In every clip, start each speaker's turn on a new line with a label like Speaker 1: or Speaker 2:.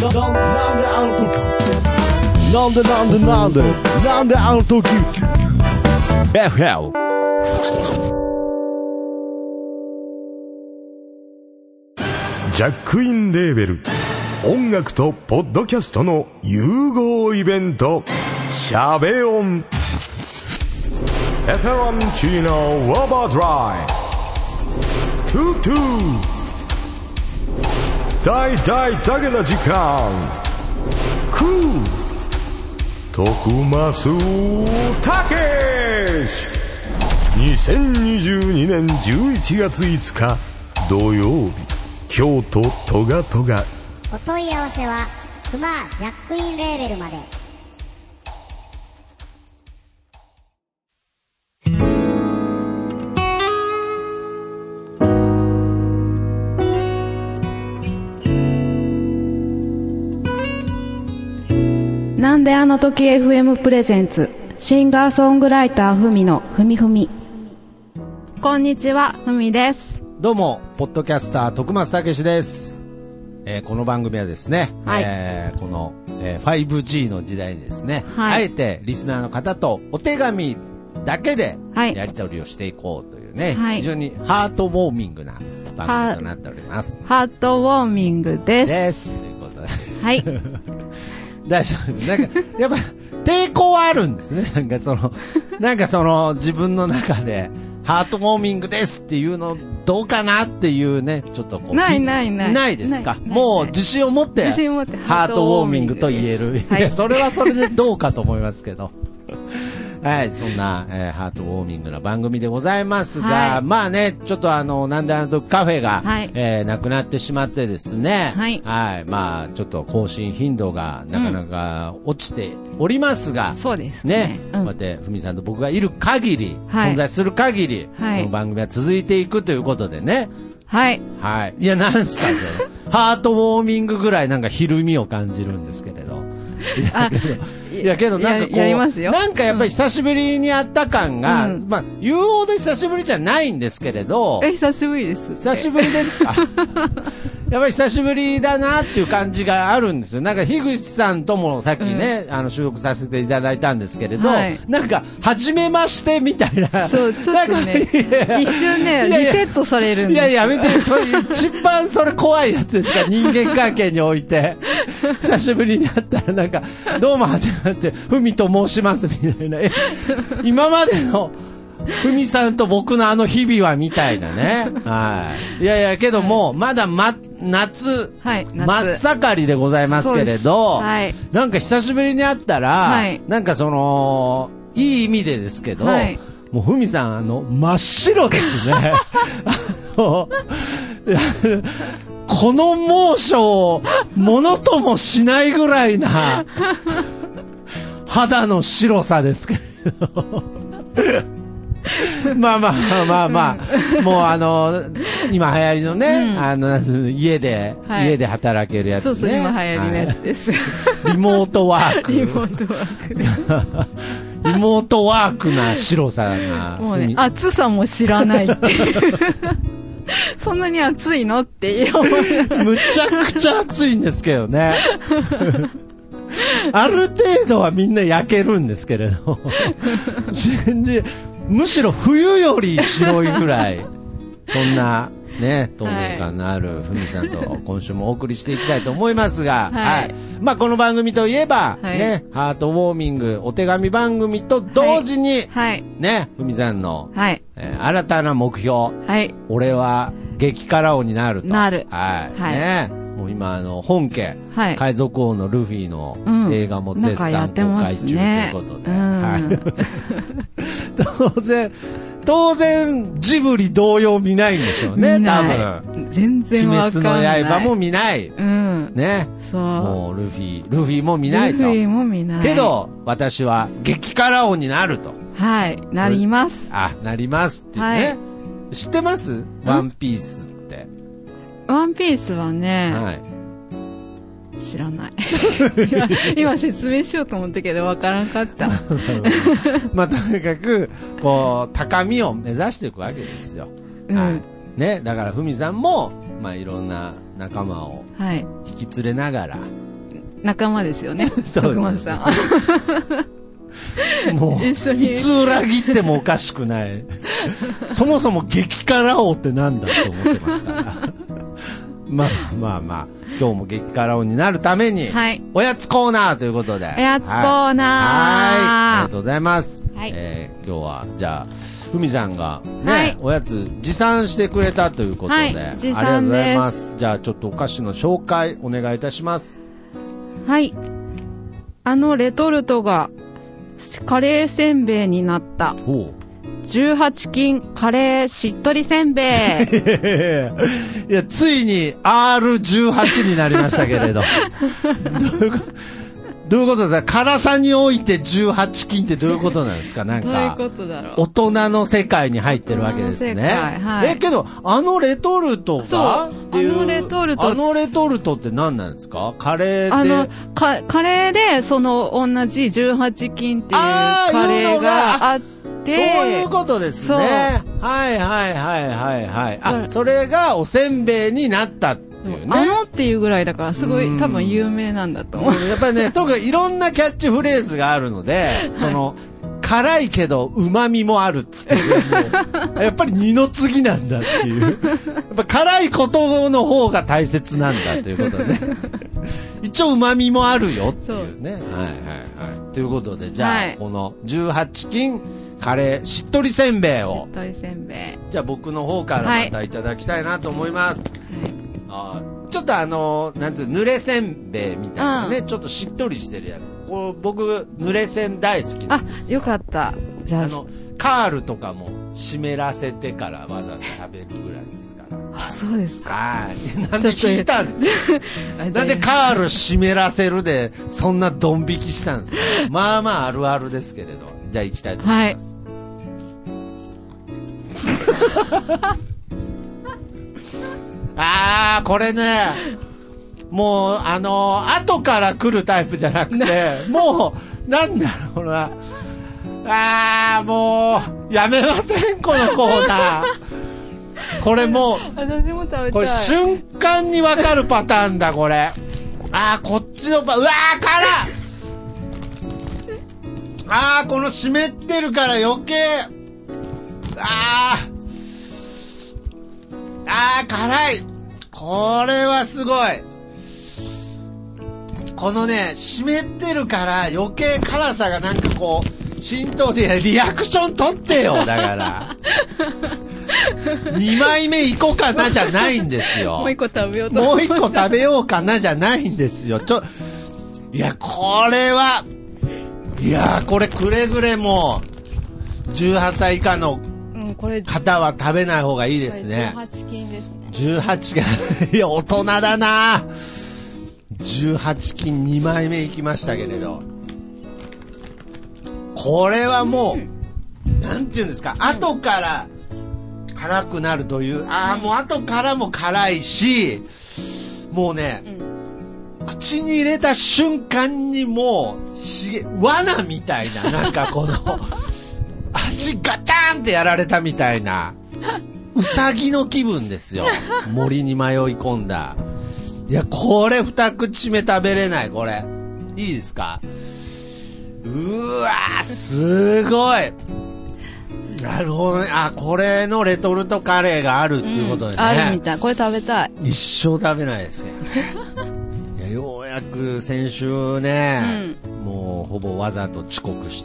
Speaker 1: あの時 FL ジャックインレーベル音楽とポッドキャストの融合イベントシャベオンエフェロンチーノウォーバードライトゥトゥ大大だけな時間クー徳増たけし2022年11月5日土曜日京都トガトガ
Speaker 2: お問い合わせはクマジャックインレーベルまで。
Speaker 3: なんであの時 FM プレゼンツシンガーソングライターふみのふみふみ。こんにちは、ふみです。
Speaker 4: どうもポッドキャスター徳松たけしです。この番組はですね、
Speaker 3: はい、
Speaker 4: この、5G の時代にですね、
Speaker 3: はい、
Speaker 4: あえてリスナーの方とお手紙だけで
Speaker 3: はい、
Speaker 4: やり取りをしていこうというね、
Speaker 3: はい、
Speaker 4: 非常にハートウォーミングな番組となっております。
Speaker 3: ハートウォーミングです
Speaker 4: ということで、
Speaker 3: はい。
Speaker 4: 大丈夫。なんかやっぱ抵抗はあるんですね。なんかその自分の中でハートウォーミングですっていうのどうかなっていうね、ちょっとこうないですか。もう自信を持ってハートウォーミングと言える。
Speaker 3: はい、
Speaker 4: いやそれはそれでどうかと思いますけど。はい、そんな、ハートウォーミングな番組でございますが、はい、まあね、ちょっとなんであの時カフェが、はい、なくなってしまってですね、はい、はい、まあちょっと更新頻度がなかなか落ちておりますが、
Speaker 3: そうですね。
Speaker 4: こうやってふみさんと僕がいる限り、はい、存在する限り、はい、この番組は続いていくということでね。はい。はい。いや、なんすか、ハートウォーミングぐらいなんかひるみを感じるんですけれど。いやけどなんかこうなんかやっぱり久しぶりに会った感が、うん、まあ言うほど久しぶりじゃないんですけれど。
Speaker 3: 久しぶりです。
Speaker 4: 久しぶりですか。やっぱり久しぶりだなっていう感じがあるんですよ。なんか樋口さんともさっきね、うん、収録させていただいたんですけれど、はい、なんか初めましてみたいな。
Speaker 3: そうちょっとね一瞬ねリセットされるんです。
Speaker 4: いややめて、それ一番それ怖いやつですから。人間関係において久しぶりに会ったらなんかどうも初めましてふみと申しますみたいな。今までのふみさんと僕のあの日々はみたいなね。はい。いやいやけども、まだ夏、はい、真っ盛りでございますけれど、はい、なんか久しぶりに会ったら、はい、なんかいい意味でですけど、はい、もうふみさん真っ白ですね。この猛暑をものともしないぐらいな肌の白さですけれど。まあ、もう今流行りのね、うん、家で働けるやつね。
Speaker 3: そう今流行りのやつです。
Speaker 4: リモートワーク。
Speaker 3: リモ
Speaker 4: ートワークな白さが。
Speaker 3: もうね、暑さも知らないっていう。そんなに暑いのっていう。
Speaker 4: むちゃくちゃ暑いんですけどね。ある程度はみんな焼けるんですけれど。むしろ冬より白いぐらい、そんなね、透明感のあるふみさんと今週もお送りしていきたいと思いますが、はい。まあこの番組といえば、はい、ね、ハートウォーミングお手紙番組と同時に、はい、ね、ふみさんの、はい、新たな目標、はい、俺は激辛王になると。
Speaker 3: なる。
Speaker 4: はい。はい、ね。もう今本家、はい、海賊王のルフィの映画も絶賛公開中ということで、はい、当然ジブリ同様見ないんでしょうね。多分
Speaker 3: 全然わかんない。
Speaker 4: 鬼滅の刃も見ない、
Speaker 3: うん、
Speaker 4: ね。
Speaker 3: そう
Speaker 4: もうルフィも見ないと。
Speaker 3: ルフィも見ない。
Speaker 4: けど私は激辛王になると。
Speaker 3: はい、なります。
Speaker 4: なりますっていうね、はい、知ってます？ワンピース。
Speaker 3: ワンピースはね、はい、知らない今説明しようと思ったけどわからんかった
Speaker 4: まあとにかくこう高みを目指していくわけですよ、うん、はい、ね、だからふみさんも、まあ、いろんな仲間を引き連れながら、はい、
Speaker 3: 仲間ですよね。
Speaker 4: そうです
Speaker 3: 徳松さん。
Speaker 4: もう、
Speaker 3: 一緒に
Speaker 4: いつ裏切ってもおかしくない。そもそも激辛王ってなんだと思ってますから。まあ、今日も激辛王になるために、
Speaker 3: はい、
Speaker 4: おやつコーナーということで。
Speaker 3: おやつコーナー。
Speaker 4: はい。ありがとうございます。
Speaker 3: はい。
Speaker 4: 今日は、じゃあ、ふみさんがね、
Speaker 3: はい、
Speaker 4: おやつ持参してくれたということで、はい、
Speaker 3: 持参です。
Speaker 4: ありがとうございます。じゃあ、ちょっとお菓子の紹介お願いいたします。
Speaker 3: はい。レトルトが、カレーせんべいになった。18金カレーしっとりせんべい。
Speaker 4: いや、ついに R18 になりましたけれど。どういうことですか？辛さにおいて18金ってどういうことなんですか？なんか。
Speaker 3: どういうことだろう。
Speaker 4: 大人の世界に入ってるわけですね。はい、けど、レトルトがっていう。レトルトって何なんですか？カレーで。
Speaker 3: カレーで、同じ18金っていうカレーがあって、そう
Speaker 4: いうことですね。はい。それがおせんべいになったっていうね。
Speaker 3: っていうぐらいだから、すごい多分有名なんだと思う。
Speaker 4: やっぱりね、とにかくいろんなキャッチフレーズがあるので、辛いけど旨味もあるっつって、やっぱり二の次なんだっていう。やっぱ辛いことの方が大切なんだということでね。一応旨味もあるよっていうね。はい。ということで、じゃあ、この18金、カレーしっとりせんべいを。
Speaker 3: しっとりせんべい。
Speaker 4: じゃあ僕の方からまたいただきたいなと思います。はい、ちょっとなんつう、濡れせんべいみたいなね、ちょっとしっとりしてるやつ。僕、濡れせん大好きなんですよ。
Speaker 3: よかった。じゃあ、
Speaker 4: カールとかも湿らせてからわざと食べるぐらいですから。
Speaker 3: そうですか。
Speaker 4: はい。なんで聞いたんですか？なんでカール湿らせるで、そんなドン引きしたんですか？まあまああるあるですけれど。じゃあ行きたいと思います。これね、もう、後から来るタイプじゃなくて、もう、なんだろうな。もう、やめません、このコーナー。これもう、
Speaker 3: 私も食べたい。
Speaker 4: これ瞬間にわかるパターンだ、これ。こっちのうわー、辛っ！この湿ってるから余計、辛い。これはすごい。このね、湿ってるから余計辛さがなんかこう、浸透で、リアクション取ってよ、だから。2枚目いこうかなじゃないんですよ。
Speaker 3: もう一個食べようと。
Speaker 4: もう一個食べようかなじゃないんですよ。いや、これは、これくれぐれも、18歳以下の方は食べない方がいいですね。
Speaker 3: 18金ですね。
Speaker 4: 18が、いや、大人だな。18金2枚目いきましたけれど。これはもう、なんていうんですか、後から辛くなるという、もう後からも辛いし、もうね、口に入れた瞬間にもう、罠みたいな、なんかこの、足ガチャンってやられたみたいな、うさぎの気分ですよ。森に迷い込んだ。いや、これ二口目食べれない、これ。いいですか？うわー、すごい。なるほどね。これのレトルトカレーがあるっていうことでね。
Speaker 3: あるみたい。これ食べたい。
Speaker 4: 一生食べないですよ。いや、ようやく先週ね、もうほぼわざと遅刻して、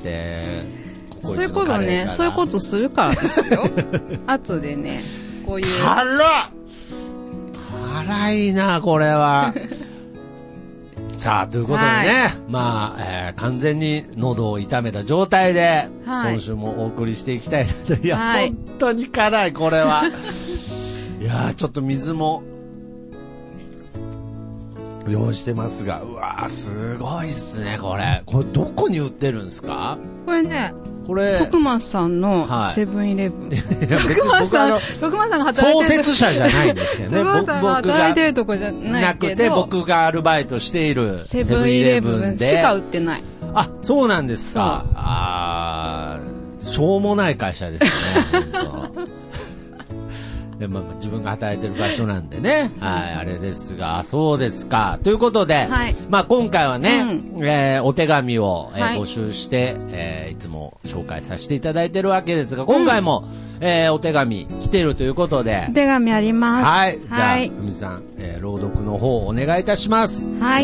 Speaker 3: そういうことね、そういうことするからですよ。後でね、こういう。
Speaker 4: 辛いな、これは。さあ、ということでね、完全に喉を痛めた状態で、今週もお送りしていきたいなと。いや、本当に辛い、これは。いや、ちょっと水も用意してますが、うわー、すごいっすね、これ。これどこに売ってるんですか？
Speaker 3: これね、徳松さんのセブンイレブン。徳松さんが働いてる。
Speaker 4: 創設者じゃないんですけどね。
Speaker 3: 徳松さんが働いてるとこじゃないけど。なくて、
Speaker 4: 僕がアルバイトしている
Speaker 3: セブンイレブンでしか売ってない。
Speaker 4: そうなんですか。しょうもない会社ですね。 でまあ、自分が働いてる場所なんでね、はい、あれですが、そうですか。ということで、
Speaker 3: はい、
Speaker 4: まあ今回はね、お手紙を、
Speaker 3: はい、
Speaker 4: 募集して、いつも紹介させていただいてるわけですが、今回も、お手紙来てるということで、
Speaker 3: お手紙あります。
Speaker 4: はい、じゃあ、ふみさん、朗読の方お願いいたします。
Speaker 3: はい。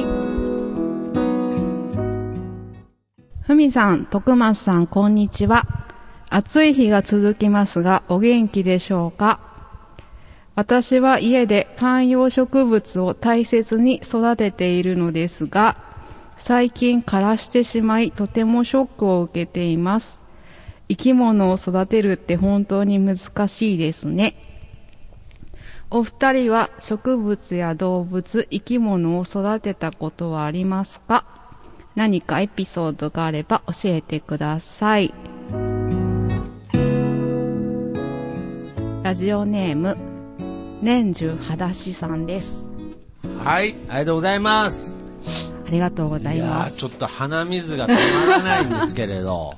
Speaker 3: ふみさん、徳松さん、こんにちは。暑い日が続きますが、お元気でしょうか？私は家で観葉植物を大切に育てているのですが、最近枯らしてしまい、とてもショックを受けています。生き物を育てるって本当に難しいですね。お二人は植物や動物、生き物を育てたことはありますか？何かエピソードがあれば教えてください。ラジオネーム年中裸足さんです。
Speaker 4: はい、ありがとうございます。
Speaker 3: ありがとうございます。
Speaker 4: いやちょっと鼻水が止まらないんですけれど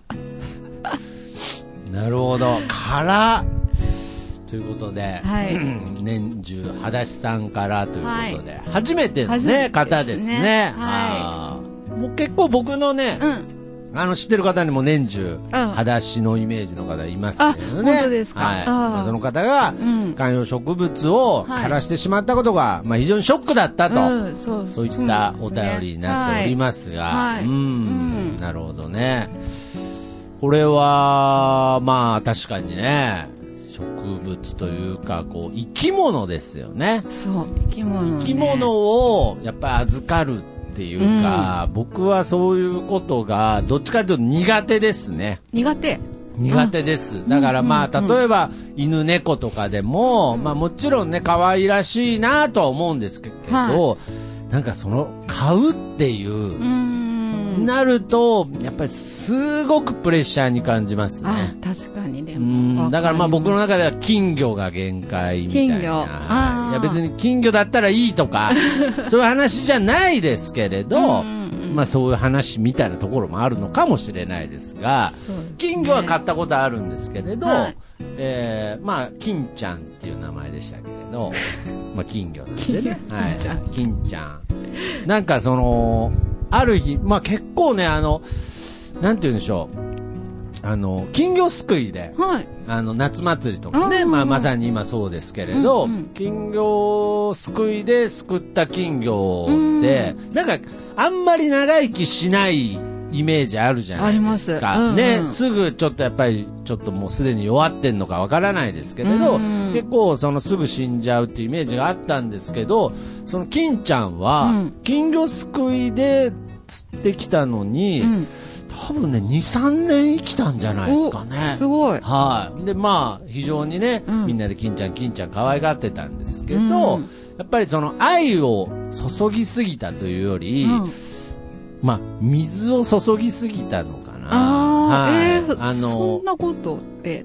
Speaker 4: なるほど、からということで、はい、年中裸足さんからということで、はい、初めての、ね、方ですね。はい、もう結構僕のね、知ってる方にも年中、裸足のイメージの方いますけどね。
Speaker 3: 本当ですか。はい。
Speaker 4: まあ、その方が、観葉植物を枯らしてしまったことが、まあ、非常にショックだったと、そういったお便りになっておりますが、なるほどね。これは、まあ、確かにね、植物というか、こう、生き物ですよね。
Speaker 3: そう、生き物ね。
Speaker 4: 生き物を、やっぱり預かるっていうか、僕はそういうことがどっちかというと苦手ですね。
Speaker 3: 苦手
Speaker 4: です。だからまあ、例えば犬猫とかでも、まあもちろんね可愛らしいなとは思うんですけど、なんかその買うっていうなるとやっぱりすごくプレッシャーに感じますね。
Speaker 3: 確かに。でも
Speaker 4: だからまあ僕の中では金魚が限界みたいな。いや別に金魚だったらいいとかそういう話じゃないですけれど、まあそういう話みたいなところもあるのかもしれないですが、金魚は買ったことあるんですけれど、まあ金ちゃんっていう名前でしたけれどまあ金魚なんでね、金ちゃんなんかそのある日、まあ結構ね、なんて言うんでしょう。金魚すくいで、夏祭りとかね、まあまさに今そうですけれど、金魚すくいですくった金魚って、なんかあんまり長生きしないイメージあるじゃないですか。ね、すぐちょっとやっぱりちょっともうすでに弱ってんのかわからないですけれど、結構そのすぐ死んじゃうっていうイメージがあったんですけど、その金ちゃんは金魚すくいで釣ってきたのに、多分ね 2,3 年生きたんじゃないですかね。
Speaker 3: すごい。
Speaker 4: はい。でまあ非常にね、みんなで金ちゃん可愛がってたんですけど、やっぱりその愛を注ぎすぎたというより、まあ水を注ぎすぎたのかな。
Speaker 3: そんなことって。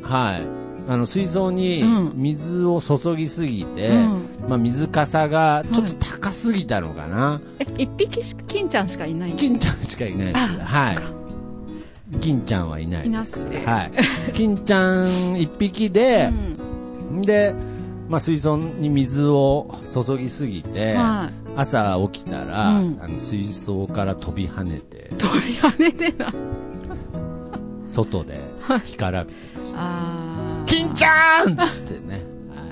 Speaker 4: はい。水槽に水を注ぎすぎて、まあ水かさがちょっと高すぎたのかな。
Speaker 3: 一匹金ちゃんしかいない。
Speaker 4: 金ちゃんしかいないです。はい。金ちゃんはいないです。はい。金ちゃん一匹で、で、まあ水槽に水を注ぎすぎて、朝起きたら、水槽から飛び跳ねてな。外で干からびてました。金ちゃんっつってね。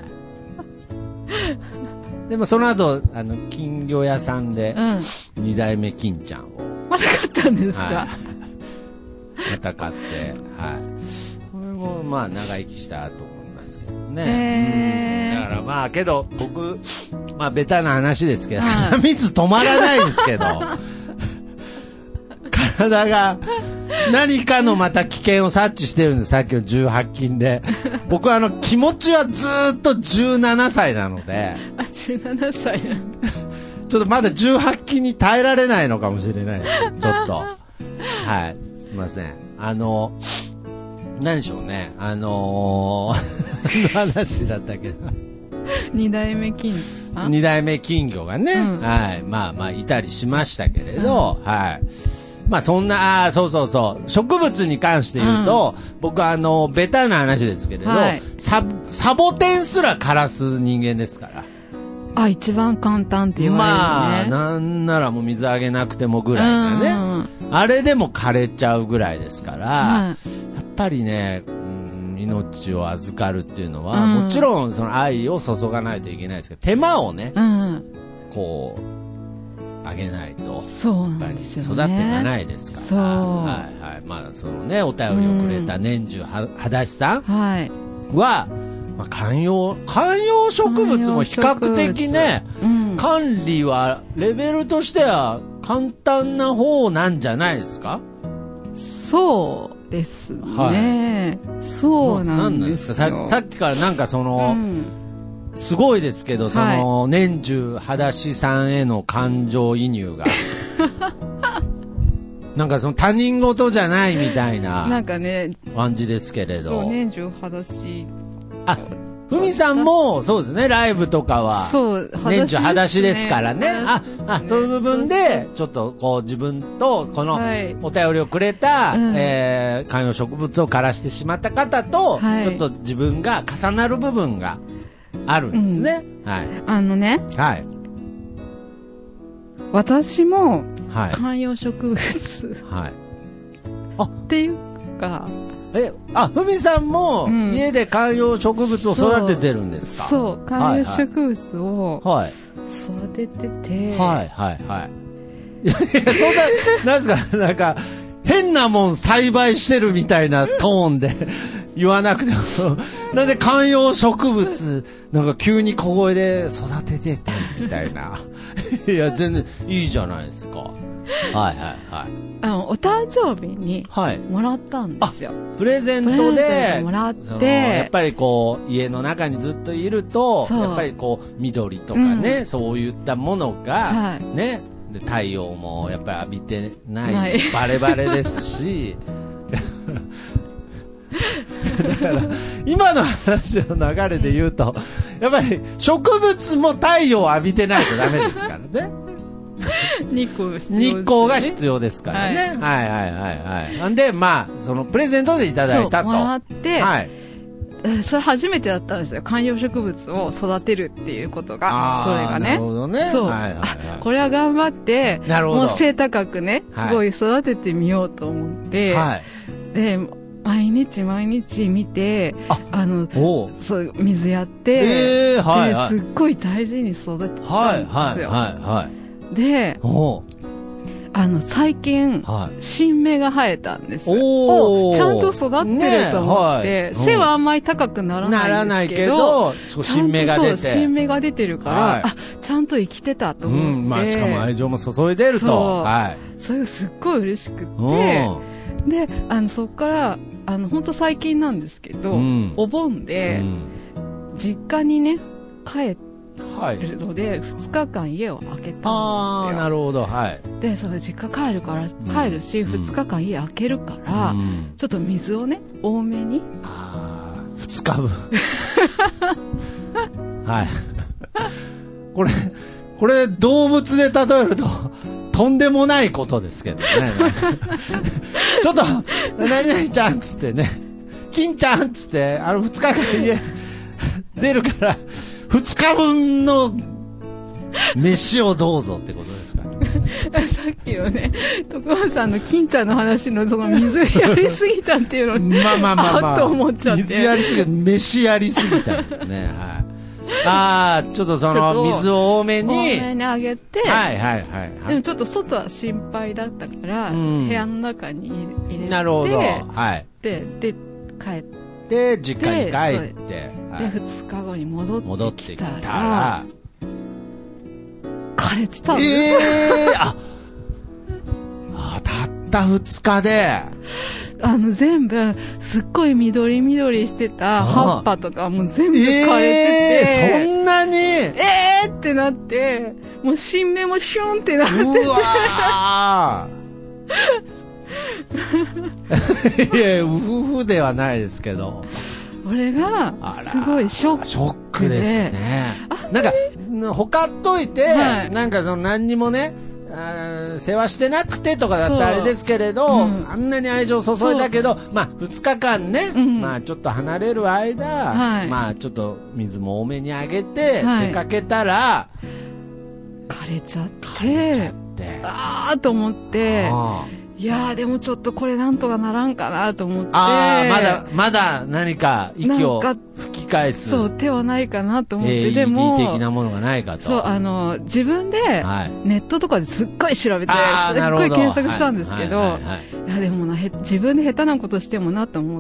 Speaker 4: でもその後金魚屋さんで2代目金ちゃんを
Speaker 3: また買ったんですか？
Speaker 4: また買って、それもまあ長生きしたと思いますけどね。だからまあけど僕まあベタな話ですけど、鼻水止まらないですけど体が何かのまた危険を察知してるんです。さっきの18禁で僕気持ちはずっと17歳なので
Speaker 3: 17歳なんだ。
Speaker 4: ちょっとまだ18禁に耐えられないのかもしれないです。ちょっとはいすいません。何でしょうね。話だったけど
Speaker 3: 2代目金
Speaker 4: 魚がね、はい、まあまあいたりしましたけれど、はい。 まあそんな、そうそうそう。植物に関して言うと、僕ベタな話ですけれど、
Speaker 3: はい、
Speaker 4: サボテンすら枯らす人間ですから。
Speaker 3: あ、一番簡単って言われるね。
Speaker 4: まあ、なんならもう水あげなくてもぐらいなね。あれでも枯れちゃうぐらいですから、やっぱりね、命を預かるっていうのは、もちろんその愛を注がないといけないですけど、手間をね、こう、あげないと、
Speaker 3: そうなんですよね、
Speaker 4: やっぱり育っていかないですから。
Speaker 3: そう。
Speaker 4: はいはい。まあ、そのね、お便りをくれた年中はだしさんは、まあ、観葉植物も比較的ね、管理はレベルとしては簡単な方なんじゃないですか？
Speaker 3: そうですね。はい、そうなんですよ。
Speaker 4: さっきからなんかその、すごいですけど、その、年中はだしさんへの感情移入が。なんかその他人事じゃないみたいな。
Speaker 3: なんかね、
Speaker 4: 感じですけれど。
Speaker 3: そう、年中はだし。
Speaker 4: あ、ふみさんも、そうですね、ライブとかは。そう、年中はだしですからね。そういう部分で、ちょっとこう自分と、この、お便りをくれた、観葉植物を枯らしてしまった方と、ちょっと自分が重なる部分が、あるんですね。はい。
Speaker 3: はい。私も、観葉植物。はい。っていうか、
Speaker 4: ふみさんも、家で観葉植物を育ててるんですか？
Speaker 3: そう、観葉植物を、育ててて、
Speaker 4: はいはいはい。いや、そんな、なんですか、なんか、変なもん栽培してるみたいなトーンで言わなくても、なんで観葉植物、なんか急に小声で育てててみたいな。いや、全然いいじゃないですか。はいはいはい。
Speaker 3: お誕生日にもらったんですよ。
Speaker 4: プレゼントで
Speaker 3: もらって、
Speaker 4: やっぱりこう家の中にずっといると、やっぱりこう緑とかね、そういったものがね、で太陽もやっぱり浴びてないバレバレですし。だから今の話の流れで言うと、やっぱり植物も太陽を浴びてないとダメですからね。
Speaker 3: 日
Speaker 4: 光が必要ですからね。はいはいはいはい。なんで、まあ、そのプレゼントでいただいたと。
Speaker 3: もらって、それ初めてだったんですよ。観葉植物を育てるっていうことが。それがね。
Speaker 4: なるほどね。
Speaker 3: そう。これは頑張って、もう背高くね、すごい育ててみようと思って、で、毎日見て、そう水やって、すっごい大事に育ててたんですよ。で、最近、新芽が生えたんです。ちゃんと育ってると思って、背はあんまり高くならないんですけど、
Speaker 4: 新芽が出て。
Speaker 3: 新芽が出てるから、ちゃんと生きてたと思って。
Speaker 4: まあ、しかも愛情も注いでると。
Speaker 3: それがすっごい嬉しくて、で、そっから、ほんと最近なんですけど、お盆で、実家にね、帰るので、2日間家を空けたんですよ。
Speaker 4: なるほど、はい。
Speaker 3: で、それ実家帰るし、2日間家空けるから、ちょっと水をね、多めに。
Speaker 4: 2日分。はい。これ動物で例えると、とんでもないことですけどね。ちょっと、何々ちゃんっつってね、金ちゃんっつって、2日間家出るから、2日分の飯をどうぞってことですか
Speaker 3: さっきのね、徳松さんの金ちゃんの話のその水やりすぎたっていうのに、あっと思っちゃって。
Speaker 4: 水やりすぎた、飯やりすぎたんですね。はい。ちょっとその水を多めに
Speaker 3: あげて、でもちょっと外は心配だったから、部屋の中に入れて、
Speaker 4: なるほど。はい。
Speaker 3: で、帰って、
Speaker 4: で、実家に帰って、
Speaker 3: で、2日後に戻ってきたら、枯れてたんです。
Speaker 4: たった2日で。
Speaker 3: 全部、すっごい緑してた葉っぱとかも全部枯れてて。
Speaker 4: そんなに
Speaker 3: ってなって、もう新芽もシュンってなってて。う
Speaker 4: わーいや、うふふではないですけど。
Speaker 3: 俺が、すごいショック
Speaker 4: ですね。なんか、ほかっといて、なんかその何にもね、 世話してなくてとかだったらあれですけれど、あんなに愛情を注いだけど、まあ2日間ね、まあちょっと離れる間、まあちょっと水も多めにあげて、出かけたら
Speaker 3: 枯れちゃってあーと思って、いやーでもちょっとこれなんとかならんかなと思って、
Speaker 4: まだ何か息を吹き返す、
Speaker 3: そう手はないかなと思って、でも
Speaker 4: AED 的なものがないかと、
Speaker 3: そう自分でネットとかですっごい調べて、すっごい検索したんですけど、いやでも自分で下手なことしてもなと思って、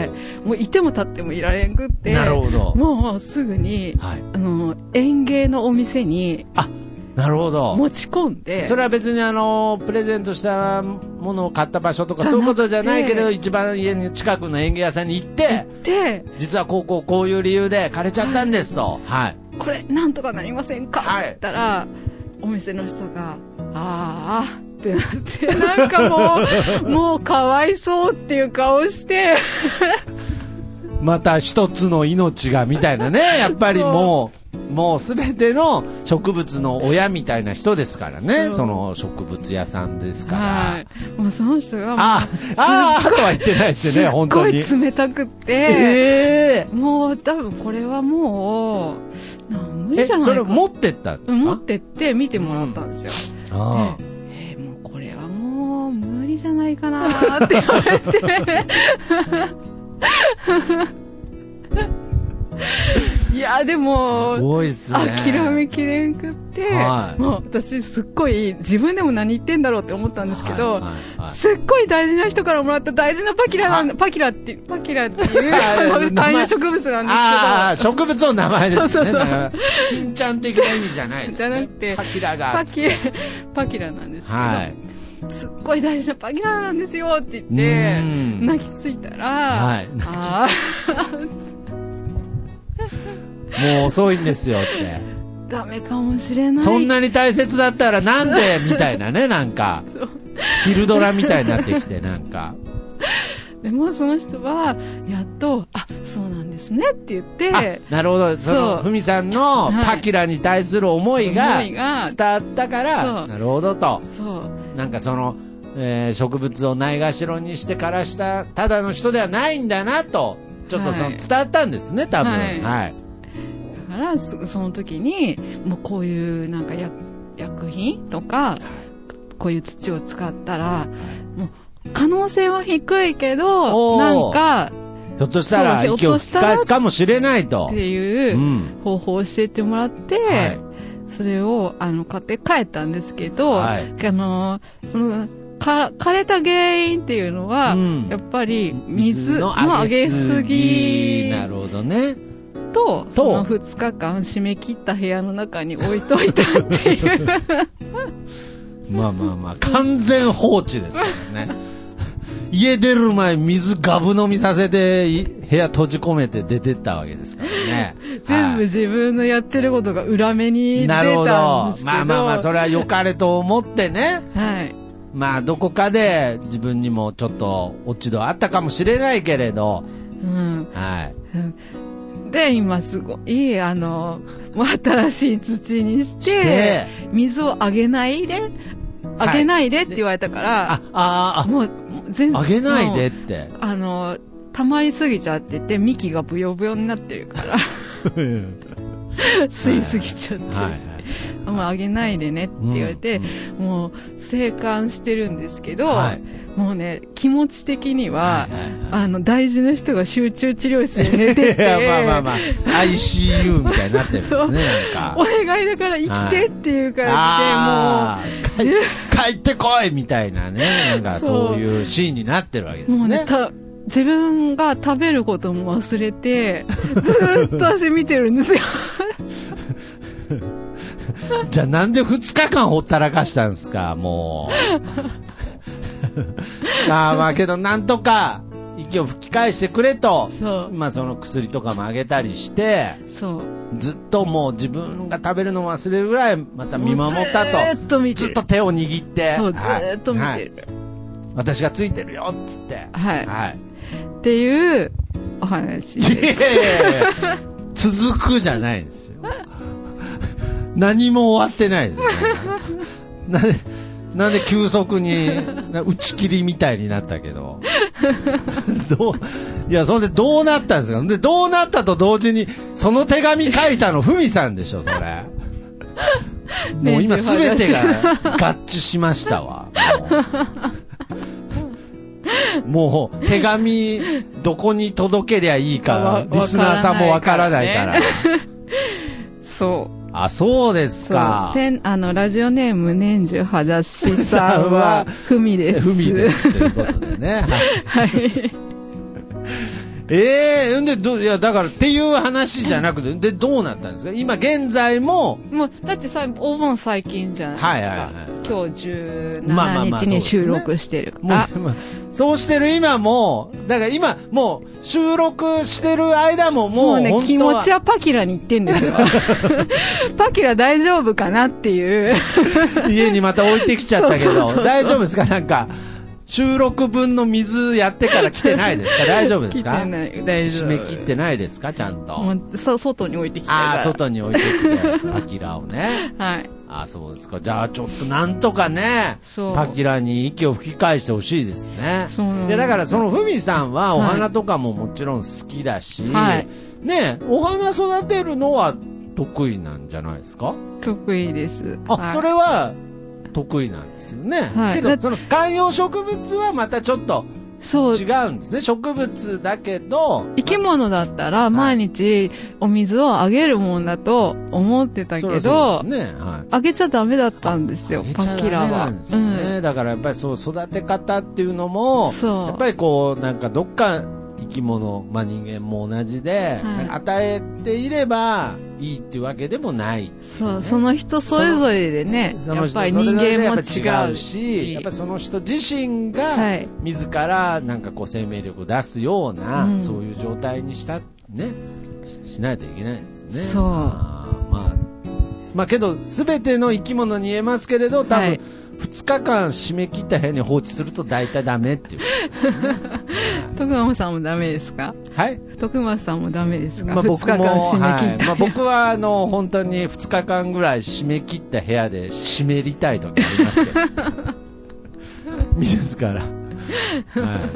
Speaker 3: もういても立ってもいられんくって、
Speaker 4: なるほど、
Speaker 3: もうすぐに、園芸のお店に
Speaker 4: なるほど。
Speaker 3: 持ち込んで。
Speaker 4: それは別にプレゼントしたものを買った場所とかそういうことじゃないけど、一番家の近くの園芸屋さんに行って、実はこういう理由で枯れちゃったんですと。はい。
Speaker 3: これ、なんとかなりませんかって言ったら、お店の人が、あーってなって、なんかもうかわいそうっていう顔して、
Speaker 4: また一つの命がみたいなね、やっぱりもうすべての植物の親みたいな人ですからね、その植物屋さんですから。
Speaker 3: はい。もうその人が
Speaker 4: とは言ってないですよね、本当に。
Speaker 3: すっごい冷たくって、もう多分これはもう、無理じゃないか。
Speaker 4: それを持ってったんですか？
Speaker 3: 持ってって見てもらったんですよ。もうこれはもう無理じゃないかなって言われて。いやでも
Speaker 4: すごいっすね、
Speaker 3: 諦めきれんくって、もう私すっごい自分でも何言ってんだろうって思ったんですけど、すっごい大事な人からもらった大事なパキラっていう観葉植物なんですけど、
Speaker 4: 植物の名前ですね。
Speaker 3: そう
Speaker 4: 金ちゃん的な意味じゃないですね。
Speaker 3: じゃなくて
Speaker 4: パキラが
Speaker 3: パキラなんですけど、すっごい大事なパキラなんですよって言って泣きついたら、も
Speaker 4: う遅いんですよって。
Speaker 3: ダメかもしれない。
Speaker 4: そんなに大切だったらなんでみたいなね、なんか昼ドラみたいになってきて、なんか
Speaker 3: でもその人はやっとそうなんですねって言って、
Speaker 4: なるほど、そのふみさんのパキラに対する思いが伝わったから、なるほどと、なんかその植物をないがしろにしてからしたただの人ではないんだなと、ちょっと伝わったんですね、多分。
Speaker 3: だからその時にもうこういうなんか薬品とかこういう土を使ったらもう可能性は低いけど、なんか
Speaker 4: ひょっとしたら息を吹き返すかもしれないと
Speaker 3: っていう方法を教えてもらって、それを買って帰ったんですけど、その枯れた原因っていうのは、やっぱり水のあげすぎ、
Speaker 4: なるほどね、
Speaker 3: とその2日間締め切った部屋の中に置いといたっていう
Speaker 4: まあ完全放置ですからね家出る前水ガブ飲みさせて部屋閉じ込めて出てったわけですからね
Speaker 3: 全部自分のやってることが裏目に出たんですけど、なるほど、
Speaker 4: まあそれは良かれと思ってね、まあどこかで自分にもちょっと落ち度あったかもしれないけれど、
Speaker 3: で今すごいもう新しい土にして水をあげないでって言われたから、もう全然
Speaker 4: あげないでって
Speaker 3: 溜まりすぎちゃってて幹がブヨブヨになってるから吸いすぎちゃって。もうあげないでねって言われて、もう生還してるんですけど、もうね気持ち的には、大事な人が集中治療室で寝てて
Speaker 4: まあ ICU みたいになってるんですねなんか
Speaker 3: お願いだから生きてっていう感じで、もう
Speaker 4: 帰ってこいみたいなね、なんかそういうシーンになってるわけですね。もうね
Speaker 3: 自分が食べることも忘れてずっと足見てるんですよ
Speaker 4: じゃあなんで2日間ほったらかしたんですか、もうまあけどなんとか息を吹き返してくれと、まあその薬とかもあげたりして、ずっともう自分が食べるのを忘れるぐらいまた見守ったと、ずっと手を握って、
Speaker 3: ずっと見てる、
Speaker 4: 私がついてるよっつって、
Speaker 3: っていうお話です。
Speaker 4: 続くじゃないですよ何も終わってないですよねなんで急速に打ち切りみたいになったけどいや、それでどうなったんですか。でどうなったと同時にその手紙書いたのふみさんでしょそれもう今すべてが合致しましたわもう手紙どこに届けりゃいいかリスナーさんもわからないから
Speaker 3: そう
Speaker 4: あ、そうですか。
Speaker 3: ラジオネーム年中裸足さんはふみです。
Speaker 4: ふみですということでね。
Speaker 3: はい。
Speaker 4: いや、だからっていう話じゃなくて、で、どうなったんですか今現在も。
Speaker 3: もう、だってお盆最近じゃないですか。はいはいはい。今日17日に収録してるから。
Speaker 4: そうしてる今も、だから今、もう、収録してる間ももうね、
Speaker 3: 気持ちはパキラに行ってんですよ。パキラ大丈夫かなっていう。
Speaker 4: 家にまた置いてきちゃったけど、大丈夫ですかなんか。収録分の水やってから来てないですか大丈夫ですか
Speaker 3: 来てない、大丈夫。
Speaker 4: 締め切ってないですかちゃんと。
Speaker 3: もう外に置いてきたから。
Speaker 4: ああ、外に置いてきて、パキラをね。
Speaker 3: はい。
Speaker 4: ああ、そうですか。じゃあちょっとなんとかね、パキラに息を吹き返してほしいですね。
Speaker 3: そうなんです。
Speaker 4: いや、だからそのふみさんはお花とかももちろん好きだし、はい、ね、お花育てるのは得意なんじゃないですか
Speaker 3: 得意です。
Speaker 4: あ、はい、それは、得意なんですよね、はい、けどその観葉植物はまたちょっと違うんですね。植物だけど
Speaker 3: 生き物だったら毎日お水をあげるもんだと思ってたけど、そうですね、はい、あげちゃダメだったんですよパキラは、
Speaker 4: だからやっぱりそう育て方っていうのもやっぱりこうなんかどっか生き物、まあ、人間も同じで、はい、与えていればいいっていうわけでもない、ね、
Speaker 3: そう、その人それぞれでね、やっぱり人間も違うし、
Speaker 4: やっぱりその人自身が自らなんかこう生命力を出すような、そういう状態にしたねしないといけないですね。
Speaker 3: そう。
Speaker 4: まあけど全ての生き物に言えますけれど、多分、はい、2日間締め切った部屋に放置すると大体ダメっていうことですね。
Speaker 3: 徳間さんもダメですか？
Speaker 4: はい。
Speaker 3: 徳間さんもダメですか？
Speaker 4: まあ、僕も
Speaker 3: 2日間締め切った、
Speaker 4: はい、まあ、僕は本当に2日間ぐらい締め切った部屋で締めりたい時ありますけど自ら、はい、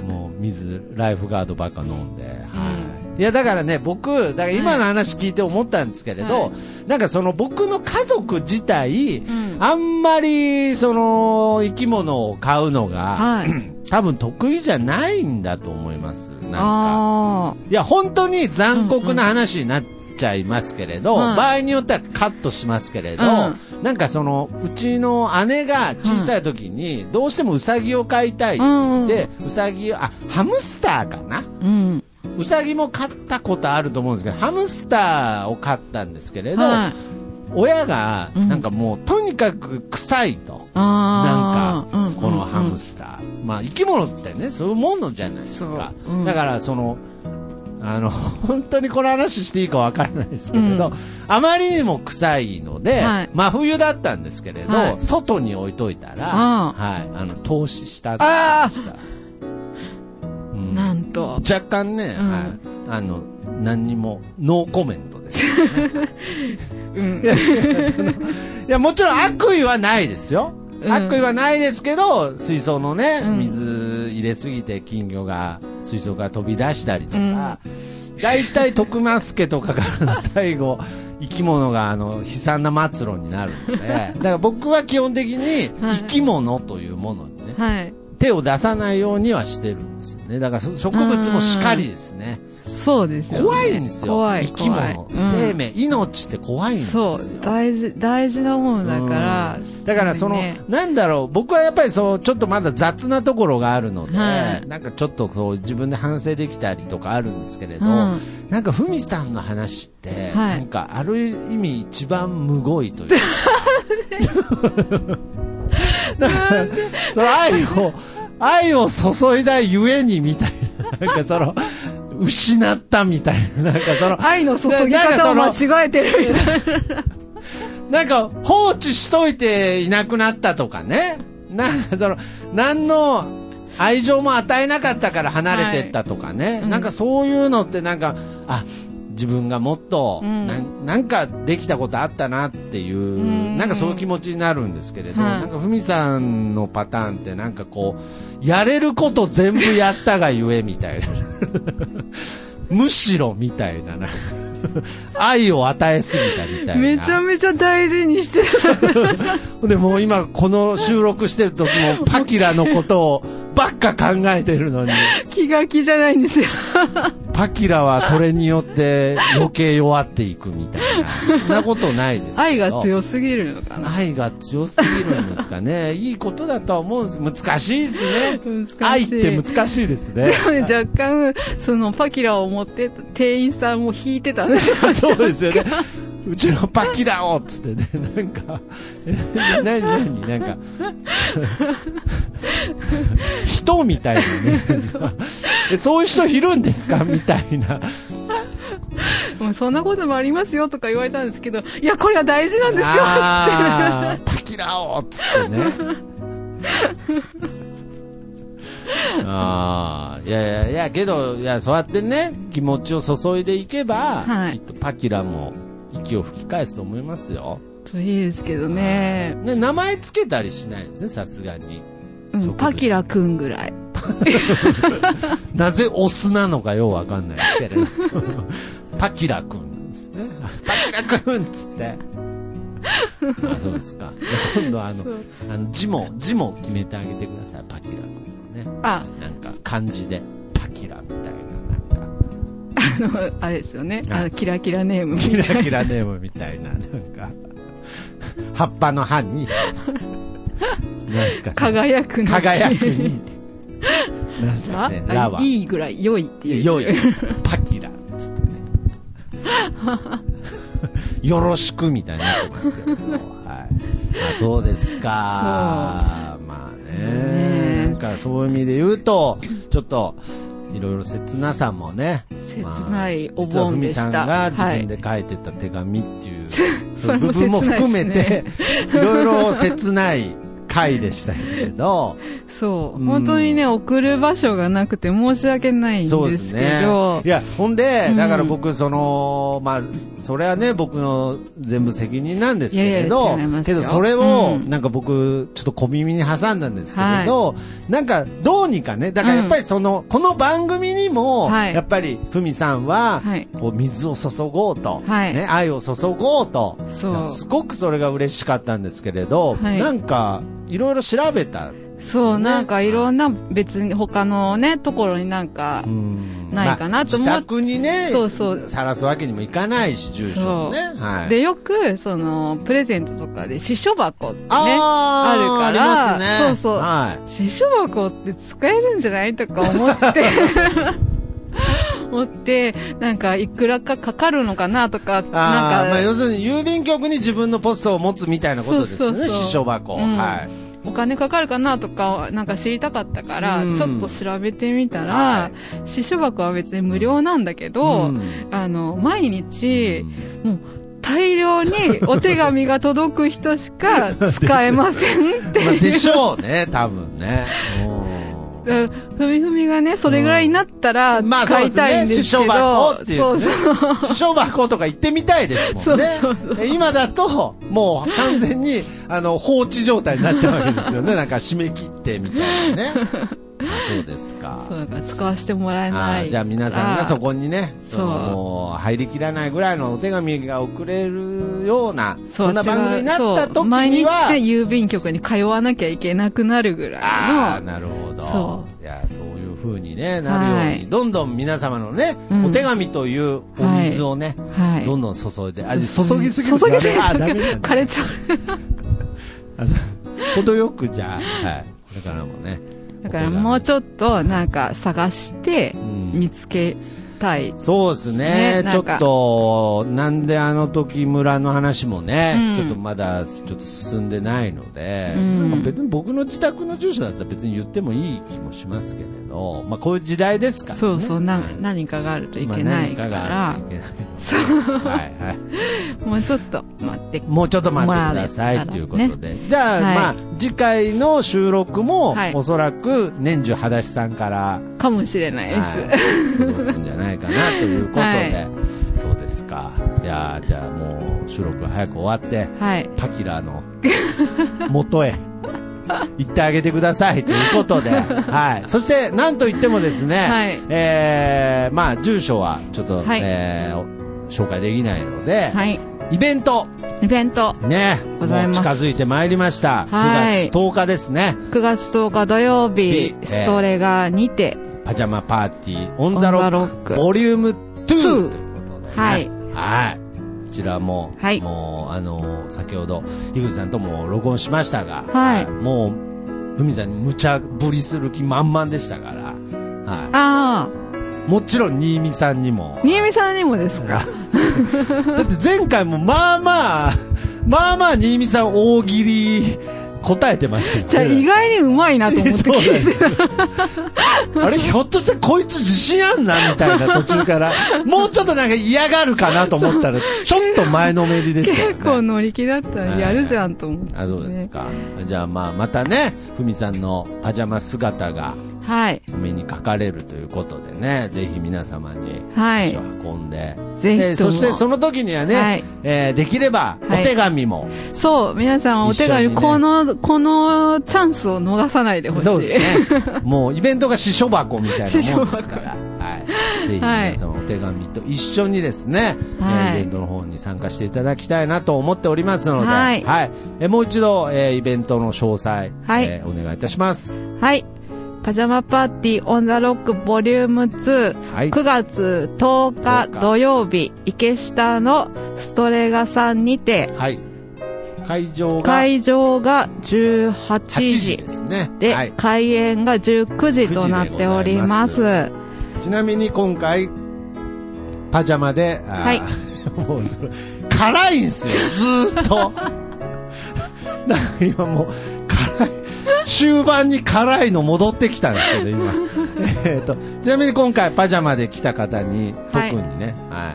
Speaker 4: もうライフガードばっか飲んで、はい、いやだからね僕だから今の話聞いて思ったんですけれど、はい、なんかその僕の家族自体、あんまりその生き物を飼うのが、はい、多分得意じゃないんだと思います。なんかいや本当に残酷な話になっちゃいますけれど、場合によってはカットしますけれど、なんかうちの姉が小さい時にどうしてもウサギを飼いたいって言って、ウサギをハムスターかな、ウサギも飼ったことあると思うんですけど、ハムスターを飼ったんですけれど、親がなんかもうとにかく臭いと、なんかこのハムスター、まあ生き物ってねそういうものじゃないですか。だから本当にこの話していいかわからないですけれど、あまりにも臭いので、真冬だったんですけれど、外に置いといたら、凍死したんですよ。
Speaker 3: なんと
Speaker 4: 若干ね、何にもノーコメントですよね。いやもちろん悪意はないですよ。悪意はないですけど、水槽のね、水入れすぎて金魚が水槽から飛び出したりとか、だいたい徳増家とかからの最後生き物が悲惨な末路になるので、だから僕は基本的に生き物というものにね、手を出さないようにはしてるんですよね。だから植物もしかりですね。
Speaker 3: そうですよ、ね、
Speaker 4: 怖いんですよ。
Speaker 3: 生
Speaker 4: き物、生命、命って怖いんですよ。
Speaker 3: そう、大事なものだから、
Speaker 4: だからなんだろう、僕はやっぱりちょっとまだ雑なところがあるので、なんかちょっと自分で反省できたりとかあるんですけれど、なんかふみさんの話って、なんかある意味一番むごいというかだから愛を注いだゆえにみたいな、なんか失ったみたいな、なんか
Speaker 3: 愛の注ぎ方を間違えてるみたいな。
Speaker 4: なんか放置しといていなくなったとかね。なんか何の愛情も与えなかったから離れてったとかね。なんかそういうのってなんか、 自分がもっと、なんかできたことあったなっていう、なんかそういう気持ちになるんですけれど、なんかふみさんのパターンってなんかこうやれること全部やったがゆえみたいなむしろみたいな愛を与えすぎたみたいな。
Speaker 3: めちゃめちゃ大事にしてる
Speaker 4: でもう今この収録してる時もパキラのことをばっか考えてるのに
Speaker 3: 気が気じゃないんですよ
Speaker 4: パキラはそれによって余計弱っていくみたいなそんなことないですけど
Speaker 3: 愛が強すぎるのかな。
Speaker 4: 愛が強すぎるんですかねいいことだとは思うんです。難しいですね。
Speaker 3: 難しい。
Speaker 4: 愛って難しいですね。
Speaker 3: でもね、若干そのパキラを持って店員さんも引いてたんですよ
Speaker 4: そうですよね。うちのパキラをっつってね、なんか何なんか人みたいなねそういう人いるんですかみたいな
Speaker 3: もうそんなこともありますよとか言われたんですけど、いやこれは大事なんですよって
Speaker 4: パキラをっつってねいやけどそうやってね気持ちを注いでいけば、きっとパキラも息を吹き返すと思いますよ。
Speaker 3: いいですけどね。
Speaker 4: 名前つけたりしないですね、さすがに。
Speaker 3: パキラくんぐらい
Speaker 4: なぜオスなのかようわかんないですけれどパキラくんなんですね。パキラくんっつってそうですか。今度字も決めてあげてください。パキラくんね。なんか漢字でパキラみたいな。
Speaker 3: あれですよね。キラキラネームみたいな。
Speaker 4: キラキラネームみたいな、なんか、葉っぱの葉に、なんすかね。
Speaker 3: 輝くに。
Speaker 4: なんすかね。ラは。
Speaker 3: いいぐらい、良いっていう。
Speaker 4: 良い。パキラ。つってね。よろしくみたいになってますけども。はい。そうですか。まあね。なんかそういう意味で言うと、ちょっと、いろいろ切なさもね、
Speaker 3: 切ないお盆でした。
Speaker 4: 実はふみさんが自分で書いてた手紙っていう、そういう部分も含めていろいろ切ない回でしたけれど、
Speaker 3: 本当にね送る場所がなくて申し訳ないんですけど、そうですね。
Speaker 4: いやほんでだから僕それはね僕の全部責任なんですけれど、けどそれをなんか僕ちょっと小耳に挟んだんですけれど、なんかどうにかね、だからやっぱりこの番組にもやっぱりふみさんはこう水を注ごうと、ね、愛を注ごうと、すごくそれが嬉しかったんですけれど、なんかいろいろ調べた。
Speaker 3: なんかいろんな別に他のねところになんかないかなと思って、
Speaker 4: 自宅にね晒すわけにもいかないし住所をね、
Speaker 3: でよくそのプレゼントとかで私書箱ってねあるから、私書箱って使えるんじゃないとか思ってなんかいくらかかかるのかなとか、なんか
Speaker 4: 要するに郵便局に自分のポストを持つみたいなことですよね、私書箱。
Speaker 3: お金かかるかなとかなんか知りたかったからちょっと調べてみたら、私書箱は別に無料なんだけど、毎日もう大量にお手紙が届く人しか使えませんっていう
Speaker 4: でしょうね多分ね。
Speaker 3: ふみふみがねそれぐらいになったら使いたいんですけど、
Speaker 4: 私書箱とか行ってみたいですもんね。今だともう完全に放置状態になっちゃうわけですよね。なんか締め切ってみたいなね。そうですか。
Speaker 3: だから使わせてもらえない。
Speaker 4: じゃあ皆さんがそこにね、もう入りきらないぐらいのお手紙が送れるようなそんな番組になった時には
Speaker 3: 毎日郵便局に通わなきゃいけなくなるぐらいの。
Speaker 4: なるほど。いやそういう風にねなるように、どんどん皆様のね、お手紙というお水をね、どんどん注いで、注ぎすぎるとダメ
Speaker 3: 枯れちゃう。
Speaker 4: 程よくじゃあ、これからもね。
Speaker 3: だからもうちょっとなんか探して見つけたい。
Speaker 4: そうですね。ちょっとなんであの時村の話もね、ちょっとまだちょっと進んでないので、別に僕の自宅の住所だったら別に言ってもいい気もしますけれど、こういう時代ですからね。
Speaker 3: 何かがあるといけないから。もうちょっと待ってくだ
Speaker 4: さいということで、じゃあ次回の収録もおそらく年中裸足さんから
Speaker 3: かもしれないです。
Speaker 4: 届くんじゃないかなということで、そうですか。いやじゃあもう収録が早く終わって、
Speaker 3: はい。
Speaker 4: パキラの元へ行ってあげてくださいということで、はい。そしてなんといってもですね、
Speaker 3: はい。
Speaker 4: まあ住所はちょっと、
Speaker 3: はい、
Speaker 4: 紹介できないので、
Speaker 3: はい。
Speaker 4: イベントね、
Speaker 3: ございます。
Speaker 4: もう近づいてまいりました。
Speaker 3: はい。
Speaker 4: 9月10日ですね。
Speaker 3: 9月10日土曜日、ストレガにて、
Speaker 4: パジャマパーティーオンザロックボリューム2ということで、ね、
Speaker 3: はい。
Speaker 4: はい。こちらも、はい、もう、先ほど、樋口さんとも録音しましたが、
Speaker 3: はい。
Speaker 4: もう、ふみさんに無茶ぶりする気満々でしたから、はい。
Speaker 3: ああ。
Speaker 4: もちろん、新見さんにも。
Speaker 3: 新見さんにもですか
Speaker 4: だって前回もまあまあ新見さん大喜利答えてましたよね。
Speaker 3: じゃあ意外にうまいなと思って聞いてた。
Speaker 4: あれひょっとしてこいつ自信あんなみたいな途中からもうちょっとなんか嫌がるかなと思ったらちょっと前のめりでしたよね。
Speaker 3: 結構乗り気だったらやるじゃんと思って、ね。
Speaker 4: あ、そうですか。じゃあまたね、ふみさんのパジャマ姿が
Speaker 3: はい。
Speaker 4: お目にかかれるということでね、ぜひ皆様に足を運んで、
Speaker 3: ぜひとも、
Speaker 4: そしてその時にはね、はい、できればお手紙も、
Speaker 3: そう、皆さんお手紙、ね、このチャンスを逃さないでほしい。
Speaker 4: そうですね。もうイベントが支所箱みたいなもんですから、はい、ぜひ皆さんお手紙と一緒にですね、はい、イベントの方に参加していただきたいなと思っておりますので、はい、はい、もう一度、イベントの詳細、はい、お願いいたします。
Speaker 3: はい。パジャマパーティーオンザロックボリューム2、はい、9月10日土曜日、池下のストレガさんにて、はい、会場が18時
Speaker 4: ですね。
Speaker 3: で、はい、開演が19時となっております。
Speaker 4: ちなみに今回パジャマで、はい、もう辛いんですよ、ずーっと。だから今もう辛い。終盤に辛いの戻ってきたんですけど今ちなみに今回パジャマで来た方に、はい、特にね、はい、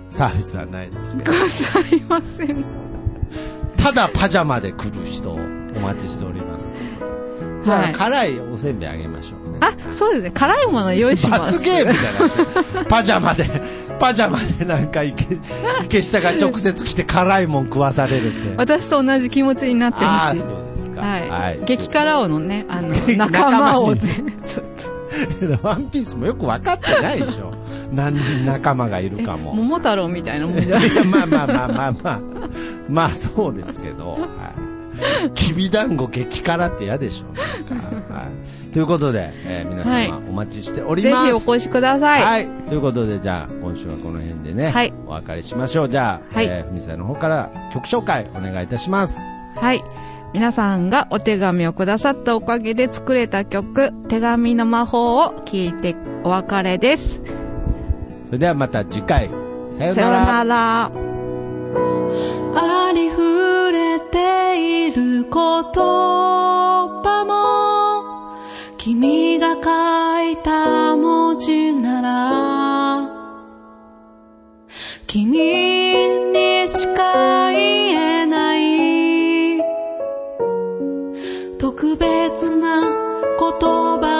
Speaker 4: サービスはないですけど
Speaker 3: ございません。
Speaker 4: ただパジャマで来る人をお待ちしておりますということで、じゃあ、はい、辛いおせんべいあげましょうね。
Speaker 3: あ、そうですね、辛いもの用意します。
Speaker 4: 罰ゲームじゃないですか。パジャマでなんか池下が直接来て辛いもん食わされるって
Speaker 3: 私と同じ気持ちになってほしい。
Speaker 4: そうですか。
Speaker 3: はい。はい、激辛王のね、仲間をちょっ
Speaker 4: と。ワンピースもよく分かってないでしょ。何人仲間がいるかも。
Speaker 3: 桃太郎みたいなもんじゃない。
Speaker 4: いや、まあそうですけど、はい。きびだんご激辛って嫌でしょ。はい。ということで、皆様お待ちしております。
Speaker 3: ぜひお越しください。
Speaker 4: はい。ということで、じゃあ今週はこの辺でね、はい、お別れしましょう。じゃあ、ふみさんの方から曲紹介お願いいたします。
Speaker 3: はい。皆さんがお手紙をくださったおかげで作れた曲、手紙の魔法を聞いてお別れです。
Speaker 4: それではまた次回。さよなら。
Speaker 3: さよなら。
Speaker 5: ありふれている言葉も君が書いた文字なら君にしか言えない特別な言葉